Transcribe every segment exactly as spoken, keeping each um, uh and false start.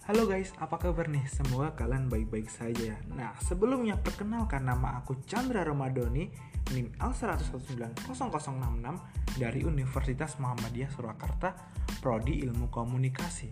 Halo guys, apa kabar nih? Semoga kalian baik-baik saja. Nah, sebelumnya perkenalkan nama aku Chandra Ramadhani, NIM L seratus sembilan belas nol nol enam enam dari Universitas Muhammadiyah Surakarta, Prodi Ilmu Komunikasi.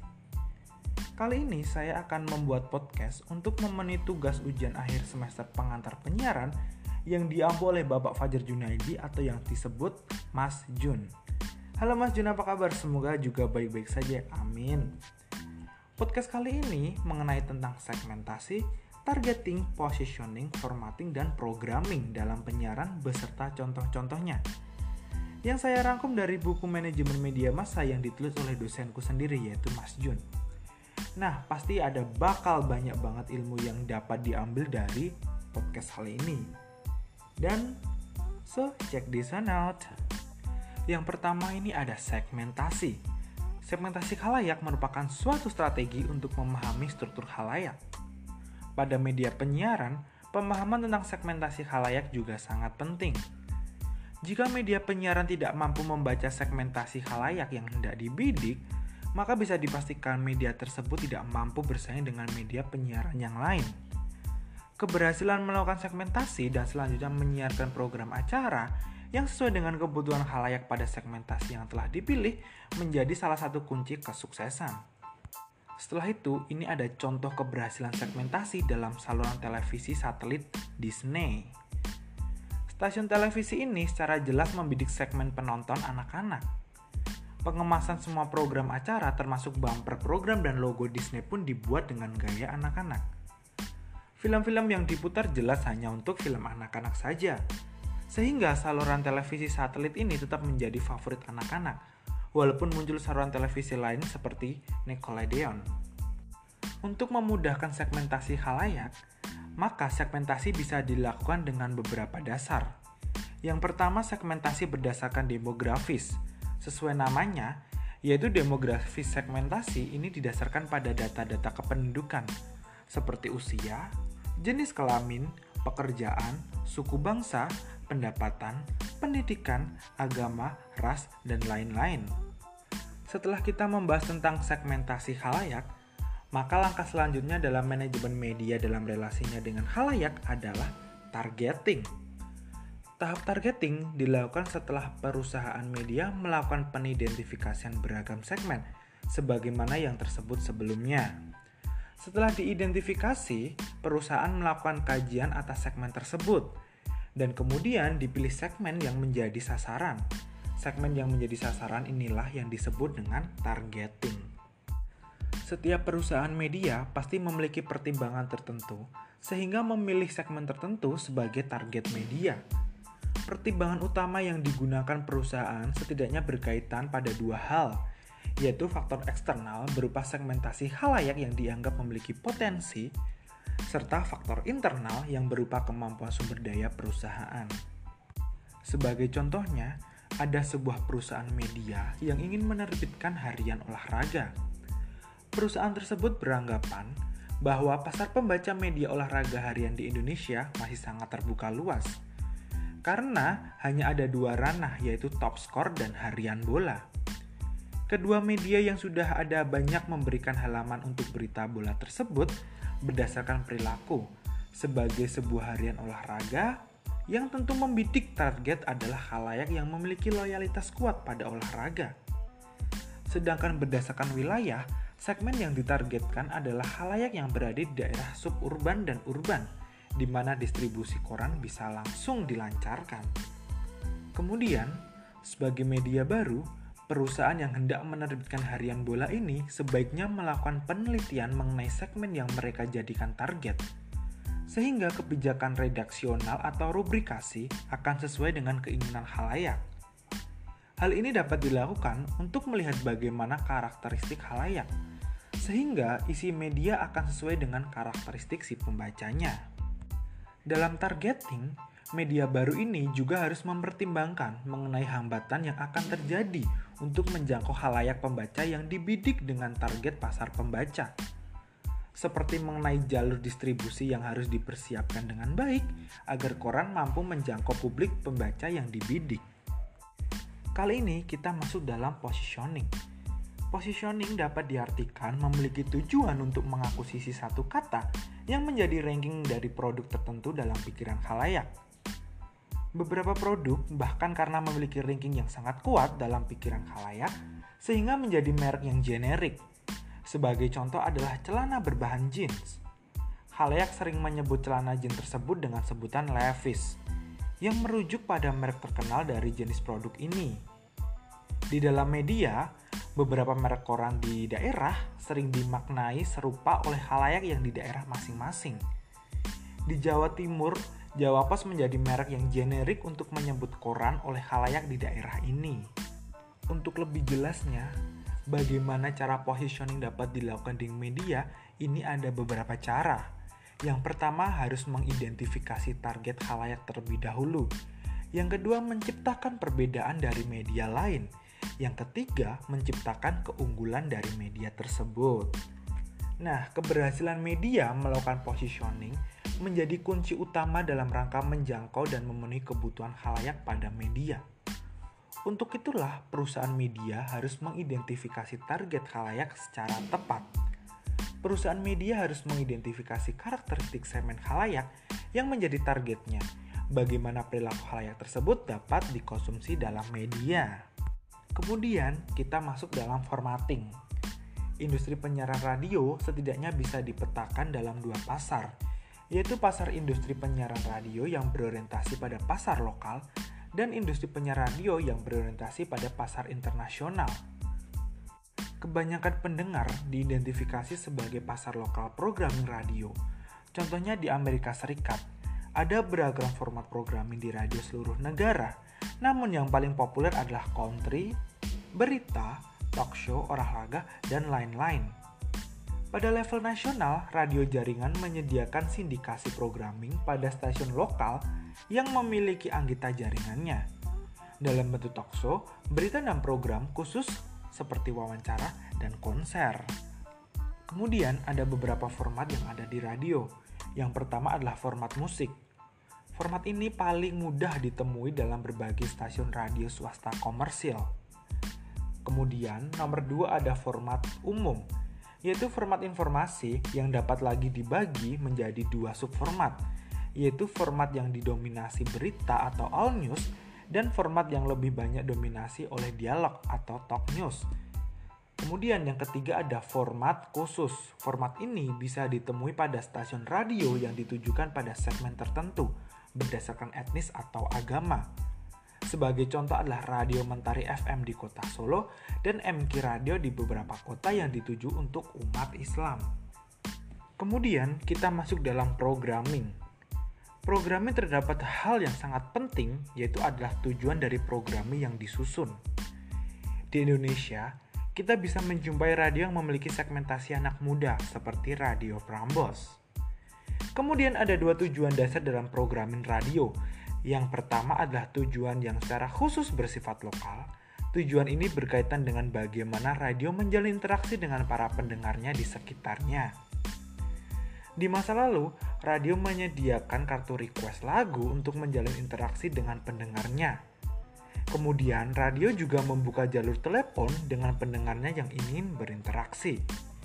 Kali ini saya akan membuat podcast untuk memenuhi tugas ujian akhir semester pengantar penyiaran yang diampu oleh Bapak Fajar Junaidi atau yang disebut Mas Jun. Halo Mas Jun, apa kabar? Semoga juga baik-baik saja. Amin. Podcast kali ini mengenai tentang segmentasi, targeting, positioning, formatting, dan programming dalam penyiaran beserta contoh-contohnya. Yang saya rangkum dari buku manajemen media massa yang ditulis oleh dosenku sendiri yaitu Mas Jun. Nah, pasti ada bakal banyak banget ilmu yang dapat diambil dari podcast kali ini. Dan, so check this one out. Yang pertama ini ada segmentasi. Segmentasi khalayak merupakan suatu strategi untuk memahami struktur khalayak. Pada media penyiaran, pemahaman tentang segmentasi khalayak juga sangat penting. Jika media penyiaran tidak mampu membaca segmentasi khalayak yang hendak dibidik, maka bisa dipastikan media tersebut tidak mampu bersaing dengan media penyiaran yang lain. Keberhasilan melakukan segmentasi dan selanjutnya menyiarkan program acara yang sesuai dengan kebutuhan khalayak pada segmentasi yang telah dipilih menjadi salah satu kunci kesuksesan. Setelah itu, ini ada contoh keberhasilan segmentasi dalam saluran televisi satelit Disney. Stasiun televisi ini secara jelas membidik segmen penonton anak-anak. Pengemasan semua program acara termasuk bumper program dan logo Disney pun dibuat dengan gaya anak-anak. Film-film yang diputar jelas hanya untuk film anak-anak saja. Sehingga saluran televisi satelit ini tetap menjadi favorit anak-anak, walaupun muncul saluran televisi lain seperti Nickelodeon. Untuk memudahkan segmentasi khalayak, maka segmentasi bisa dilakukan dengan beberapa dasar. Yang pertama, segmentasi berdasarkan demografis. Sesuai namanya, yaitu demografis segmentasi ini didasarkan pada data-data kependudukan, seperti usia, jenis kelamin, pekerjaan, suku bangsa, pendapatan, pendidikan, agama, ras, dan lain-lain. Setelah kita membahas tentang segmentasi khalayak, maka langkah selanjutnya dalam manajemen media dalam relasinya dengan khalayak adalah targeting. Tahap targeting dilakukan setelah perusahaan media melakukan penidentifikasian beragam segmen, sebagaimana yang tersebut sebelumnya. Setelah diidentifikasi, perusahaan melakukan kajian atas segmen tersebut, dan kemudian dipilih segmen yang menjadi sasaran. Segmen yang menjadi sasaran inilah yang disebut dengan targeting. Setiap perusahaan media pasti memiliki pertimbangan tertentu, sehingga memilih segmen tertentu sebagai target media. Pertimbangan utama yang digunakan perusahaan setidaknya berkaitan pada dua hal, yaitu faktor eksternal berupa segmentasi khalayak yang dianggap memiliki potensi, serta faktor internal yang berupa kemampuan sumber daya perusahaan. Sebagai contohnya, ada sebuah perusahaan media yang ingin menerbitkan harian olahraga. Perusahaan tersebut beranggapan bahwa pasar pembaca media olahraga harian di Indonesia masih sangat terbuka luas, karena hanya ada dua ranah yaitu top score dan harian bola. Kedua media yang sudah ada banyak memberikan halaman untuk berita bola tersebut berdasarkan perilaku sebagai sebuah harian olahraga yang tentu membidik target adalah khalayak yang memiliki loyalitas kuat pada olahraga. Sedangkan berdasarkan wilayah, segmen yang ditargetkan adalah khalayak yang berada di daerah suburban dan urban, di mana distribusi koran bisa langsung dilancarkan. Kemudian, sebagai media baru, perusahaan yang hendak menerbitkan harian bola ini sebaiknya melakukan penelitian mengenai segmen yang mereka jadikan target, sehingga kebijakan redaksional atau rubrikasi akan sesuai dengan keinginan khalayak. Hal ini dapat dilakukan untuk melihat bagaimana karakteristik khalayak, sehingga isi media akan sesuai dengan karakteristik si pembacanya. Dalam targeting, media baru ini juga harus mempertimbangkan mengenai hambatan yang akan terjadi untuk menjangkau khalayak pembaca yang dibidik dengan target pasar pembaca. Seperti mengenai jalur distribusi yang harus dipersiapkan dengan baik agar koran mampu menjangkau publik pembaca yang dibidik. Kali ini kita masuk dalam positioning. Positioning dapat diartikan memiliki tujuan untuk mengakuisisi satu kata yang menjadi ranking dari produk tertentu dalam pikiran khalayak. Beberapa produk bahkan karena memiliki ranking yang sangat kuat dalam pikiran khalayak, sehingga menjadi merek yang generik. Sebagai contoh adalah celana berbahan jeans. Khalayak sering menyebut celana jeans tersebut dengan sebutan Levi's, yang merujuk pada merek terkenal dari jenis produk ini. Di dalam media, beberapa merek koran di daerah sering dimaknai serupa oleh khalayak yang di daerah masing-masing. Di Jawa Timur, Jawa Pos menjadi merek yang generik untuk menyebut koran oleh khalayak di daerah ini. Untuk lebih jelasnya, bagaimana cara positioning dapat dilakukan di media, ini ada beberapa cara. Yang pertama harus mengidentifikasi target khalayak terlebih dahulu. Yang kedua menciptakan perbedaan dari media lain. Yang ketiga menciptakan keunggulan dari media tersebut. Nah, keberhasilan media melakukan positioning menjadi kunci utama dalam rangka menjangkau dan memenuhi kebutuhan khalayak pada media. Untuk itulah perusahaan media harus mengidentifikasi target khalayak secara tepat. Perusahaan media harus mengidentifikasi karakteristik segmen khalayak yang menjadi targetnya. Bagaimana perilaku khalayak tersebut dapat dikonsumsi dalam media. Kemudian kita masuk dalam formatting. Industri penyiaran radio setidaknya bisa dipetakan dalam dua pasar, yaitu pasar industri penyiaran radio yang berorientasi pada pasar lokal dan industri penyiaran radio yang berorientasi pada pasar internasional. Kebanyakan pendengar diidentifikasi sebagai pasar lokal programming radio. Contohnya di Amerika Serikat, ada beragam format programming di radio seluruh negara. Namun yang paling populer adalah country, berita, talk show, olahraga, dan lain-lain. Pada level nasional, radio jaringan menyediakan sindikasi programming pada stasiun lokal yang memiliki anggota jaringannya. Dalam bentuk talk show, berita dan program khusus seperti wawancara dan konser. Kemudian ada beberapa format yang ada di radio. Yang pertama adalah format musik. Format ini paling mudah ditemui dalam berbagai stasiun radio swasta komersil. Kemudian nomor dua ada format umum, yaitu format informasi yang dapat lagi dibagi menjadi dua subformat, yaitu format yang didominasi berita atau all news dan format yang lebih banyak dominasi oleh dialog atau talk news. Kemudian yang ketiga ada format khusus. Format ini bisa ditemui pada stasiun radio yang ditujukan pada segmen tertentu berdasarkan etnis atau agama. Sebagai contoh adalah Radio Mentari F M di kota Solo dan M K Radio di beberapa kota yang dituju untuk umat Islam. Kemudian kita masuk dalam programming. Programming terdapat hal yang sangat penting, yaitu adalah tujuan dari programming yang disusun. Di Indonesia, kita bisa menjumpai radio yang memiliki segmentasi anak muda seperti Radio Prambors. Kemudian ada dua tujuan dasar dalam programming radio. Yang pertama adalah tujuan yang secara khusus bersifat lokal. Tujuan ini berkaitan dengan bagaimana radio menjalin interaksi dengan para pendengarnya di sekitarnya. Di masa lalu, radio menyediakan kartu request lagu untuk menjalin interaksi dengan pendengarnya. Kemudian, radio juga membuka jalur telepon dengan pendengarnya yang ingin berinteraksi.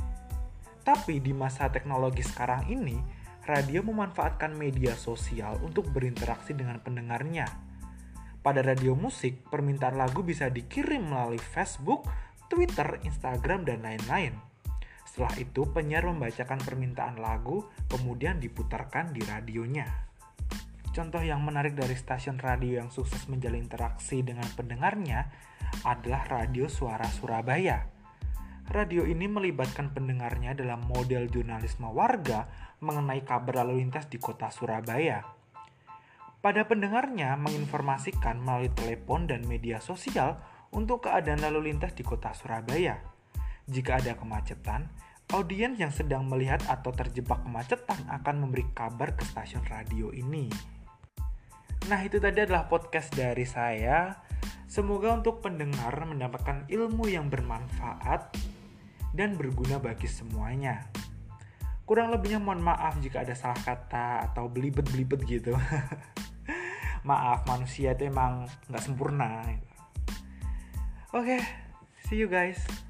Tapi di masa teknologi sekarang ini, radio memanfaatkan media sosial untuk berinteraksi dengan pendengarnya. Pada radio musik, permintaan lagu bisa dikirim melalui Facebook, Twitter, Instagram, dan lain-lain. Setelah itu, penyiar membacakan permintaan lagu, kemudian diputarkan di radionya. Contoh yang menarik dari stasiun radio yang sukses menjalin interaksi dengan pendengarnya adalah Radio Suara Surabaya. Radio ini melibatkan pendengarnya dalam model jurnalisme warga mengenai kabar lalu lintas di kota Surabaya. Pada pendengarnya menginformasikan melalui telepon dan media sosial untuk keadaan lalu lintas di kota Surabaya. Jika ada kemacetan, audiens yang sedang melihat atau terjebak kemacetan akan memberi kabar ke stasiun radio ini. Nah, itu tadi adalah podcast dari saya. Semoga untuk pendengar mendapatkan ilmu yang bermanfaat dan berguna bagi semuanya. Kurang lebihnya mohon maaf jika ada salah kata atau belibet-belibet gitu. Maaf, manusia itu emang gak sempurna. Oke, okay, see you guys.